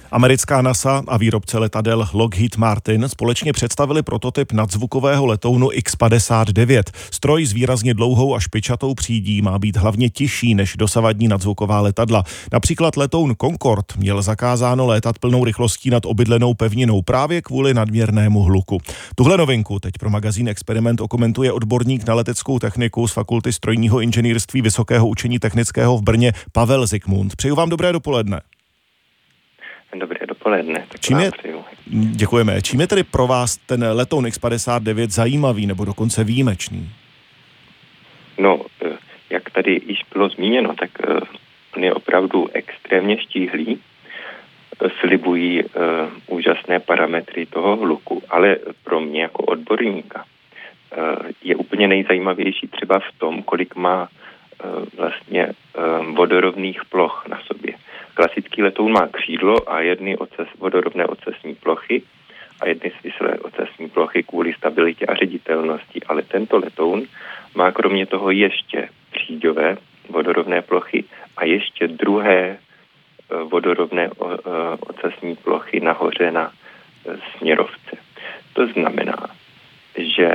Americká NASA a výrobce letadel Lockheed Martin společně představili prototyp nadzvukového letounu X-59. Stroj s výrazně dlouhou a špičatou přídí má být hlavně těžší než dosavadní nadzvuková letadla. Například letoun Concorde měl zakázáno létat plnou rychlostí nad obydlenou pevninou právě kvůli nadměrnému hluku. Tuhle novinku teď pro magazín Experiment okomentuje odborník na leteckou techniku z Fakulty strojního inženýrství Vysokého učení technického v Brně Pavel Zikmund. Přeju vám dobré dopoledne. Dobré dopoledne. Děkujeme. Čím je tedy pro vás ten letoun X-59 zajímavý nebo dokonce výjimečný? No, jak tady již bylo zmíněno, tak on je opravdu extrémně štíhlý. Slibují úžasné parametry toho hluku, ale pro mě jako odborníka je úplně nejzajímavější třeba v tom, kolik má vlastně vodorovných ploch na sobě. Klasický letoun má křídlo a jedny vodorovné ocasní plochy a jedny svislé ocasní plochy kvůli stabilitě a ředitelnosti, ale tento letoun má kromě toho ještě příďové vodorovné plochy a ještě druhé vodorovné ocasní plochy nahoře na směrovce. To znamená, že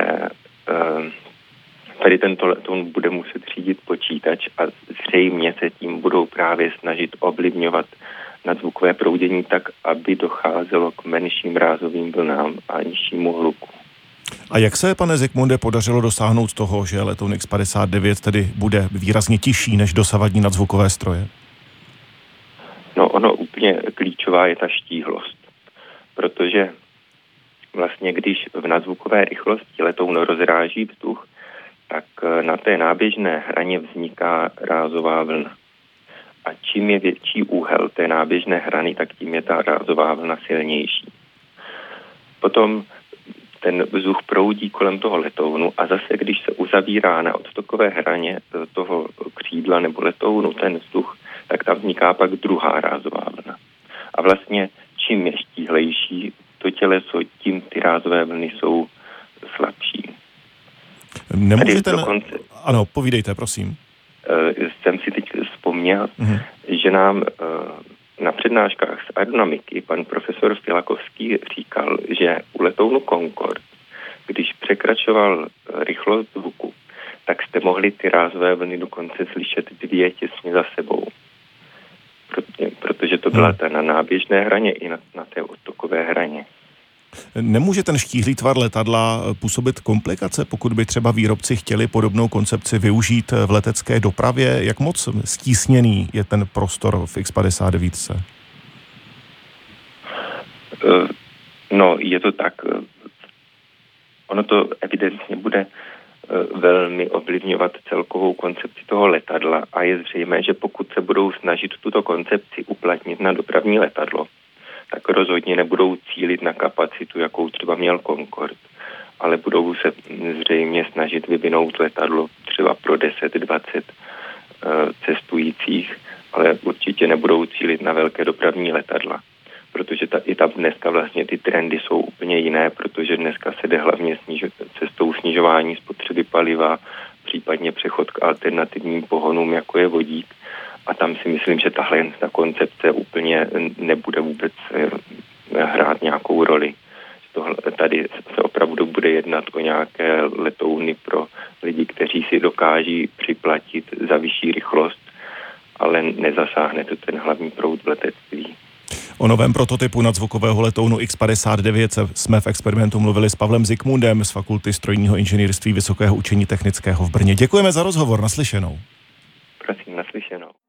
tady tento letoun bude muset řídit počítač a zřejmě se tím budou právě snažit ovlivňovat nadzvukové proudění tak, aby docházelo k menším rázovým vlnám a nižšímu hluku. A jak se, pane Zikmunde, podařilo dosáhnout toho, že letoun X-59 tedy bude výrazně těžší než dosavadní nadzvukové stroje? No, ono úplně klíčová je ta štíhlost, protože vlastně když v nadzvukové rychlosti letoun rozráží vzduch, tak na té náběžné hraně vzniká rázová vlna. A čím je větší úhel té náběžné hrany, tak tím je ta rázová vlna silnější. Potom ten vzduch proudí kolem toho letounu a zase, když se uzavírá na odtokové hraně toho křídla nebo letounu ten vzduch, tak tam vzniká pak druhá rázová vlna. A vlastně čím je štíhlejší to těleso, tím ty rázové vlny jsou slabší. Nemůžete... Ano, povídejte, prosím. Jsem si teď vzpomněl, že nám na přednáškách z aerodynamiky pan profesor Filakovský říkal, že u letounu Concorde, když překračoval rychlost zvuku, tak jste mohli ty rázové vlny dokonce slyšet dvě těsně za sebou. Protože to byla ta na náběžné hraně i na té odtokové hraně. Nemůže ten štíhlý tvar letadla působit komplikace, pokud by třeba výrobci chtěli podobnou koncepci využít v letecké dopravě? Jak moc stísněný je ten prostor v X-59? No, je to tak. Ono to evidentně bude velmi ovlivňovat celkovou koncepci toho letadla a je zřejmé, že pokud se budou snažit tuto koncepci uplatnit na dopravní letadlo, tak rozhodně nebudou cílit na kapacitu, jakou třeba měl Concorde, ale budou se zřejmě snažit vyvinout letadlo třeba pro 10-20 cestujících, ale určitě nebudou cílit na velké dopravní letadla, protože i tam dneska vlastně ty trendy jsou úplně jiné, protože dneska se jde hlavně cestou snižování spotřeby paliva, případně přechod k alternativním pohonům, jako je vodík. A tam si myslím, že tahle koncepce úplně nebude vůbec hrát nějakou roli. Tady se opravdu bude jednat o nějaké letouny pro lidi, kteří si dokáží připlatit za vyšší rychlost, ale nezasáhne to ten hlavní proud v letectví. O novém prototypu nadzvukového letounu X-59 jsme v Experimentu mluvili s Pavlem Zikmundem z Fakulty strojního inženýrství Vysokého učení technického v Brně. Děkujeme za rozhovor, naslyšenou. Prosím, naslyšenou.